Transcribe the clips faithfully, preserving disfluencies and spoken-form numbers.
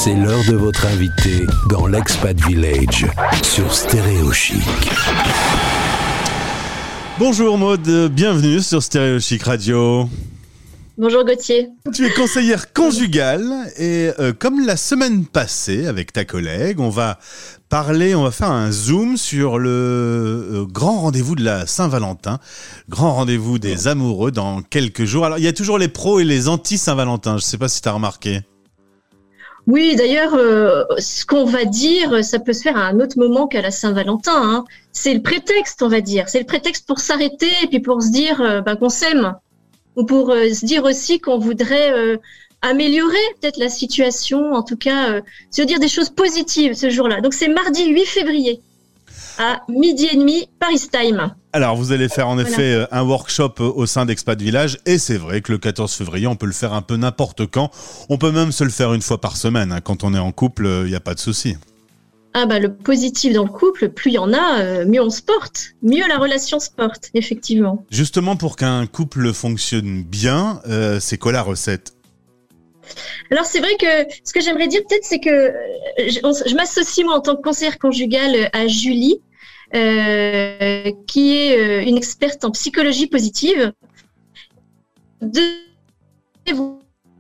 C'est l'heure de votre invité dans l'Expat Village sur Stéréo Chic. Bonjour Maud, bienvenue sur Stéréo Chic Radio. Bonjour Gauthier. Tu es conseillère conjugale et euh, comme la semaine passée avec ta collègue, on va parler, on va faire un zoom sur le euh, grand rendez-vous de la Saint-Valentin, grand rendez-vous des amoureux dans quelques jours. Alors il y a toujours les pros et les anti-Saint-Valentin, je ne sais pas si tu as remarqué. Oui, d'ailleurs, euh, ce qu'on va dire, ça peut se faire à un autre moment qu'à la Saint-Valentin. Hein. C'est le prétexte, on va dire. C'est le prétexte pour s'arrêter et puis pour se dire euh, ben, qu'on s'aime. Ou pour euh, se dire aussi qu'on voudrait euh, améliorer peut-être la situation, en tout cas, euh, se dire des choses positives ce jour-là. Donc c'est mardi huit février à midi et demi, Paris Time. Alors vous allez faire en effet Voilà. un workshop au sein d'Expat Village et c'est vrai que le quatorze février, on peut le faire un peu n'importe quand. On peut même se le faire une fois par semaine. Hein. Quand on est en couple, il n'y a pas de souci. Ah bah le positif dans le couple, plus il y en a, euh, mieux on se porte, mieux la relation se porte, effectivement. Justement, pour qu'un couple fonctionne bien, euh, c'est quoi la recette ? Alors c'est vrai que ce que j'aimerais dire peut-être, c'est que euh, je, on- je m'associe moi en tant que conseillère conjugale à Julie, euh, qui est euh, une experte en psychologie positive, de vous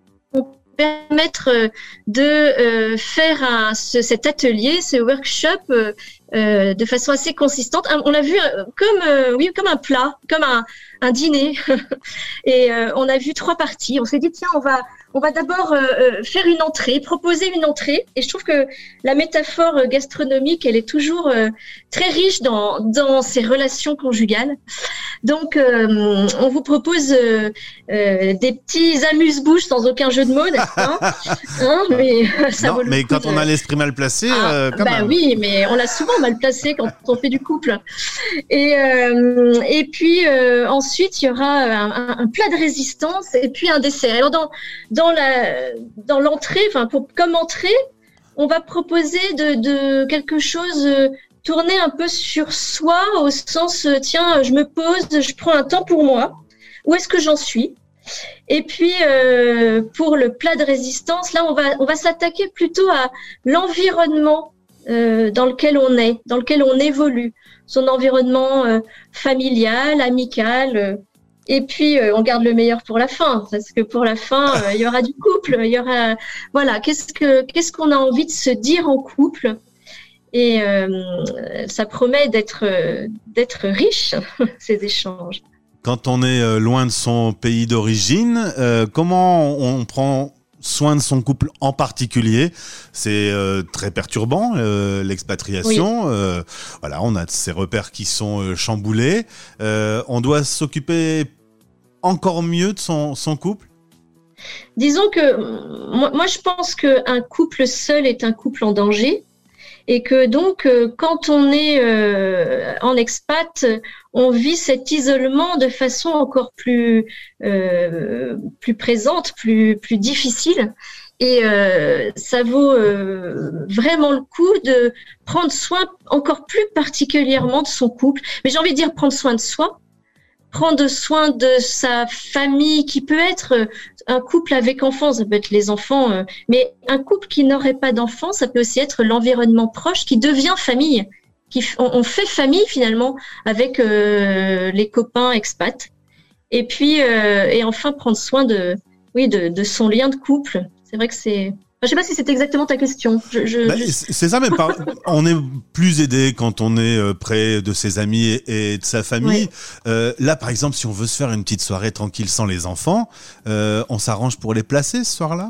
permettre euh, de euh, faire un, ce, cet atelier, ce workshop euh, euh, de façon assez consistante. Un- On l'a vu euh, comme euh, oui comme un plat, comme un, un dîner. Et euh, on a vu trois parties. On s'est dit tiens on va on va d'abord euh, euh, faire une entrée, proposer une entrée. Et je trouve que la métaphore euh, gastronomique elle est toujours euh, très riche dans dans ces relations conjugales. Donc euh, on vous propose euh, euh, des petits amuse-bouches sans aucun jeu de mots, n'est-ce pas hein, mais ça Non, vaut le mais coup quand de- on a l'esprit mal placé, ah, euh, quand bah même. oui, mais on l'a souvent mal placé quand on fait du couple. Et, euh, et puis euh, ensuite, il y aura un, un- un plat de résistance et puis un dessert. Alors dans dans la dans l'entrée, enfin pour comme entrée, on va proposer de, de quelque chose euh, tourné un peu sur soi au sens euh, tiens, je me pose, je prends un temps pour moi. Où est-ce que j'en suis? Et puis euh, pour le plat de résistance, là on va on va s'attaquer plutôt à l'environnement euh, dans lequel on est, dans lequel on évolue, son environnement euh, familial, amical. euh, et puis euh, on garde le meilleur pour la fin, parce que pour la fin euh, il y aura du couple, il y aura voilà qu'est-ce que qu'est-ce qu'on a envie de se dire en couple. Et euh, ça promet d'être euh, d'être riche ces échanges. Quand on est euh, loin de son pays d'origine, euh, comment on, on prend soin de son couple en particulier? C'est euh, très perturbant, euh, l'expatriation. Euh, voilà, on a ces repères qui sont euh, chamboulés. Euh, on doit s'occuper encore mieux de son, son couple. Disons que euh, moi, moi, je pense qu'un couple seul est un couple en danger et que donc euh, quand on est euh, en expat, on vit cet isolement de façon encore plus euh, plus présente, plus plus difficile. Et euh, ça vaut euh, vraiment le coup de prendre soin encore plus particulièrement de son couple. Mais j'ai envie de dire prendre soin de soi, prendre soin de sa famille, qui peut être euh, un couple avec enfants, ça peut être les enfants, euh, mais un couple qui n'aurait pas d'enfants, ça peut aussi être l'environnement proche qui devient famille. Qui, f- on, on fait famille finalement avec euh, les copains expats. Et puis, euh, et enfin prendre soin de, oui, de, de son lien de couple. C'est vrai que c'est. Je sais pas si c'est exactement ta question. Je, je, Bah, je- c'est c'est ça, mais par- on est plus aidé quand on est euh, près de ses amis et, et de sa famille. Ouais. Euh, là, par exemple, si on veut se faire une petite soirée tranquille sans les enfants, euh, on s'arrange pour les placer ce soir-là?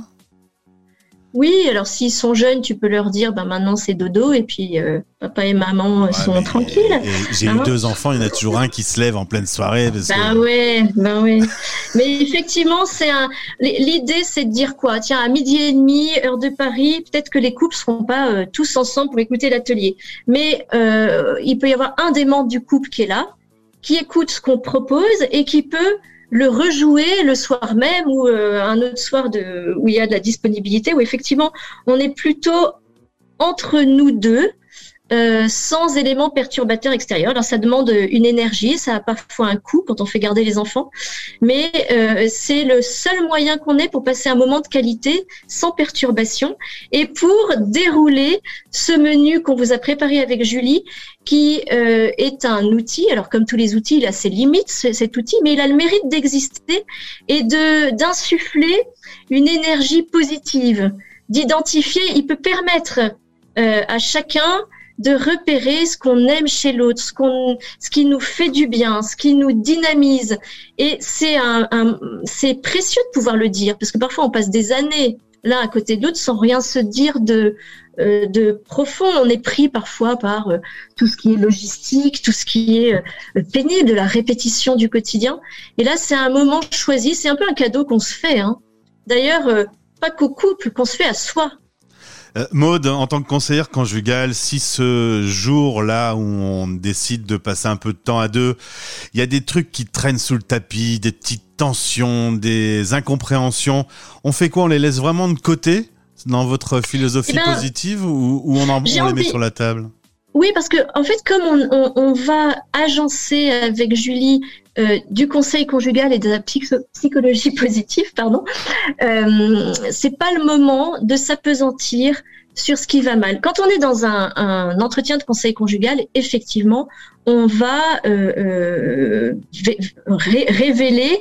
Oui, alors s'ils sont jeunes, tu peux leur dire, ben maintenant c'est dodo, et puis euh, papa et maman euh, Ouais, sont mais- tranquilles. et J'ai eu Hein deux enfants, il y en a toujours un qui se lève en pleine soirée. Parce Ben que... ouais, ben ouais. Mais effectivement, c'est un. L'idée, c'est de dire quoi? Tiens, à midi et demi, heure de Paris, peut-être que les couples seront pas euh, tous ensemble pour écouter l'atelier, mais euh, il peut y avoir un des membres du couple qui est là, qui écoute ce qu'on propose et qui peut le rejouer le soir même ou euh, un autre soir de où il y a de la disponibilité, où effectivement on est plutôt entre nous deux euh, sans éléments perturbateurs extérieurs. Alors ça demande une énergie, ça a parfois un coût quand on fait garder les enfants, mais euh, c'est le seul moyen qu'on ait pour passer un moment de qualité sans perturbation et pour dérouler ce menu qu'on vous a préparé avec Julie, qui euh, est un outil. Alors comme tous les outils, il a ses limites, cet outil, mais il a le mérite d'exister et de d'insuffler une énergie positive, d'identifier. Il peut permettre euh, à chacun de repérer ce qu'on aime chez l'autre, ce qu'on, ce qui nous fait du bien, ce qui nous dynamise. Et c'est un, un c'est précieux de pouvoir le dire, parce que parfois on passe des années l'un à côté de l'autre sans rien se dire de euh, de profond. On est pris parfois par euh, tout ce qui est logistique, tout ce qui est euh, pénible, de la répétition du quotidien. Et là, c'est un moment choisi, c'est un peu un cadeau qu'on se fait, hein. D'ailleurs, euh, pas qu'au couple, qu'on se fait à soi. Euh, Maud, en tant que conseillère conjugale, si ce jour-là où on décide de passer un peu de temps à deux, il y a des trucs qui traînent sous le tapis, des petites tensions, des incompréhensions, on fait quoi? On les laisse vraiment de côté dans votre philosophie eh ben, positive ou, ou on, en, on les envie... met sur la table? Oui, parce que en fait, comme on, on, on va agencer avec Julie euh, du conseil conjugal et de la psycho- psychologie positive, pardon, euh, c'est pas le moment de s'apesantir sur ce qui va mal. Quand on est dans un, un entretien de conseil conjugal, effectivement, on va euh, euh, ré- révéler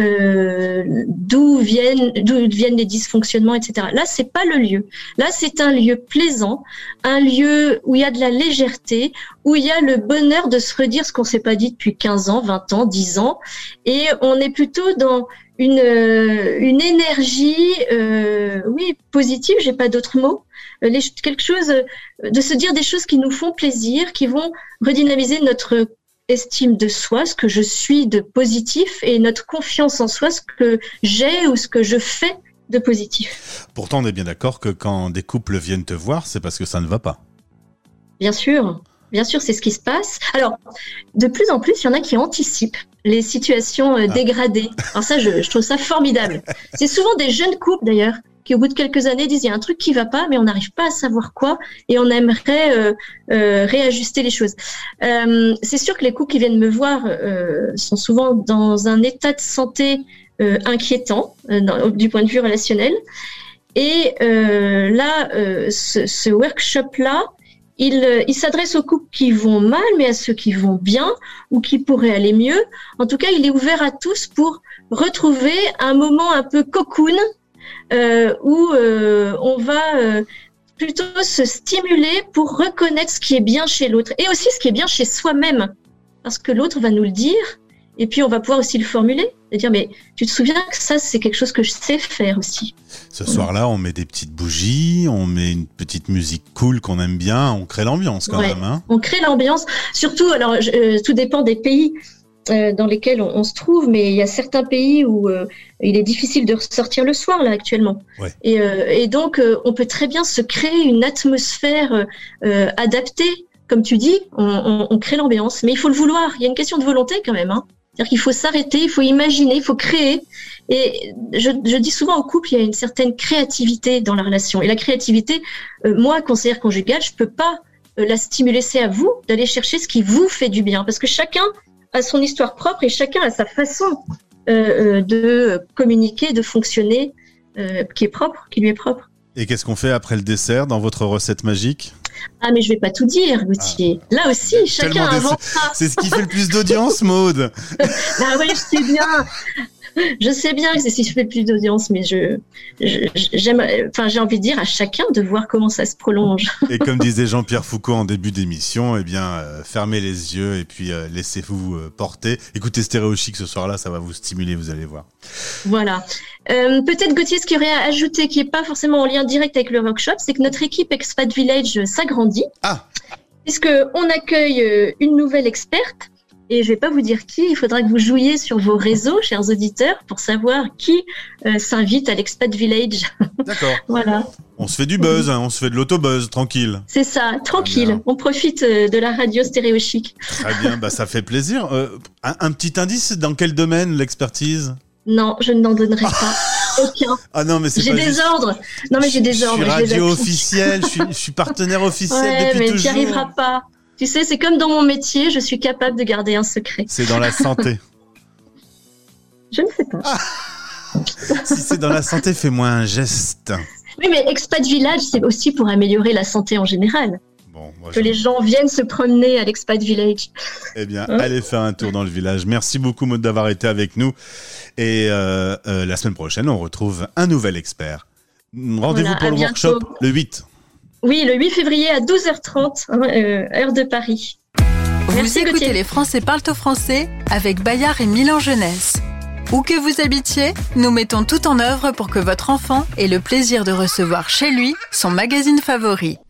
euh, d'où viennent d'où viennent les dysfonctionnements, et cetera. Là, c'est pas le lieu. Là, c'est un lieu plaisant, un lieu où il y a de la légèreté, où il y a le bonheur de se redire ce qu'on s'est pas dit depuis quinze ans, vingt ans, dix ans, et on est plutôt dans une une énergie, euh, oui, positive. J'ai pas d'autres mots. Les, quelque chose, de se dire des choses qui nous font plaisir, qui vont redynamiser notre estime de soi, ce que je suis de positif, et notre confiance en soi, ce que j'ai ou ce que je fais de positif. Pourtant, on est bien d'accord que quand des couples viennent te voir, c'est parce que ça ne va pas. Bien sûr, bien sûr, c'est ce qui se passe. Alors, de plus en plus, il y en a qui anticipent les situations euh, ah. dégradées. Alors ça, je, je trouve ça formidable. C'est souvent des jeunes couples, d'ailleurs, qui au bout de quelques années disent il y a un truc qui va pas, mais on n'arrive pas à savoir quoi et on aimerait euh, euh, réajuster les choses. Euh, c'est sûr que les couples qui viennent me voir euh, sont souvent dans un état de santé euh, inquiétant euh, dans, du point de vue relationnel. Et euh, là, euh, ce, ce workshop-là, il, il s'adresse aux couples qui vont mal, mais à ceux qui vont bien ou qui pourraient aller mieux. En tout cas, il est ouvert à tous pour retrouver un moment un peu cocoon, Euh, où euh, on va euh, plutôt se stimuler pour reconnaître ce qui est bien chez l'autre et aussi ce qui est bien chez soi-même, parce que l'autre va nous le dire et puis on va pouvoir aussi le formuler et dire mais tu te souviens que ça c'est quelque chose que je sais faire aussi. Ce soir-là, on met des petites bougies, on met une petite musique cool qu'on aime bien, on crée l'ambiance quand ouais, même. Hein. On crée l'ambiance, surtout alors euh, tout dépend des pays euh, dans lesquels on, on se trouve, mais il y a certains pays où euh, il est difficile de ressortir le soir là actuellement. Ouais. Et, euh, et donc euh, on peut très bien se créer une atmosphère euh, adaptée, comme tu dis, on, on, on crée l'ambiance, mais il faut le vouloir. Il y a une question de volonté quand même. Hein. C'est-à-dire qu'il faut s'arrêter, il faut imaginer, il faut créer. Et je, je dis souvent au couple, il y a une certaine créativité dans la relation. Et la créativité, euh, moi, conseillère conjugale, je peux pas euh, la stimuler. C'est à vous d'aller chercher ce qui vous fait du bien, parce que chacun a son histoire propre et chacun a sa façon euh, de communiquer, de fonctionner, euh, qui est propre, qui lui est propre. Et qu'est-ce qu'on fait après le dessert dans votre recette magique ? Ah, mais je vais pas tout dire, Gauthier. Ah, Là aussi, chacun invente ça. C'est ce qui fait le plus d'audience, Maud. Ah oui, je sais bien. Je sais bien que c'est ce qui fait le plus d'audience, mais je, je, j'aime, enfin, j'ai envie de dire à chacun de voir comment ça se prolonge. Et comme disait Jean-Pierre Foucault en début d'émission, eh bien, euh, fermez les yeux et puis euh, laissez-vous euh, porter. Écoutez Stéréo Chic ce soir-là, ça va vous stimuler, vous allez voir. Voilà. Euh, peut-être, Gauthier, ce qu'il y aurait à ajouter, qui n'est pas forcément en lien direct avec le workshop, c'est que notre équipe Expat Village s'agrandit. Ah. Puisqu'on accueille une nouvelle experte. Et je vais pas vous dire qui, il faudra que vous jouiez sur vos réseaux, chers auditeurs, pour savoir qui euh, s'invite à l'Expat Village. D'accord. Voilà. On se fait du buzz, hein, on se fait de l'autobuzz, tranquille. C'est ça, tranquille. On profite euh, de la radio Stéréo Chic. Très bien, bah ça fait plaisir. Euh, un, un petit indice, dans quel domaine l'expertise ? Non, je n'en donnerai pas. Aucun. Ah non, mais c'est J'ai pas des juste. ordres. Non, mais j'ai des ordres. Je suis je les radio applique. officiel, je suis, je suis partenaire officiel Ouais, depuis mais toujours. tu n'y arriveras pas. Tu sais, c'est comme dans mon métier, je suis capable de garder un secret. C'est dans la santé. Je ne sais pas. Ah. Si c'est dans la santé, fais-moi un geste. Oui, mais Expat Village, c'est aussi pour améliorer la santé en général. Bon, moi, Que je- les gens viennent se promener à l'Expat Village. Eh bien, Hein allez faire un tour dans le village. Merci beaucoup, Maud, d'avoir été avec nous. Et euh, euh, la semaine prochaine, on retrouve un nouvel expert. Rendez-vous Voilà, pour à le bientôt. workshop le huit. Oui, le huit février à douze heures trente, hein, euh, heure de Paris. Vous Merci, écoutez Gauthier. Les Français parlent au français avec Bayard et Milan Jeunesse. Où que vous habitiez, nous mettons tout en œuvre pour que votre enfant ait le plaisir de recevoir chez lui son magazine favori.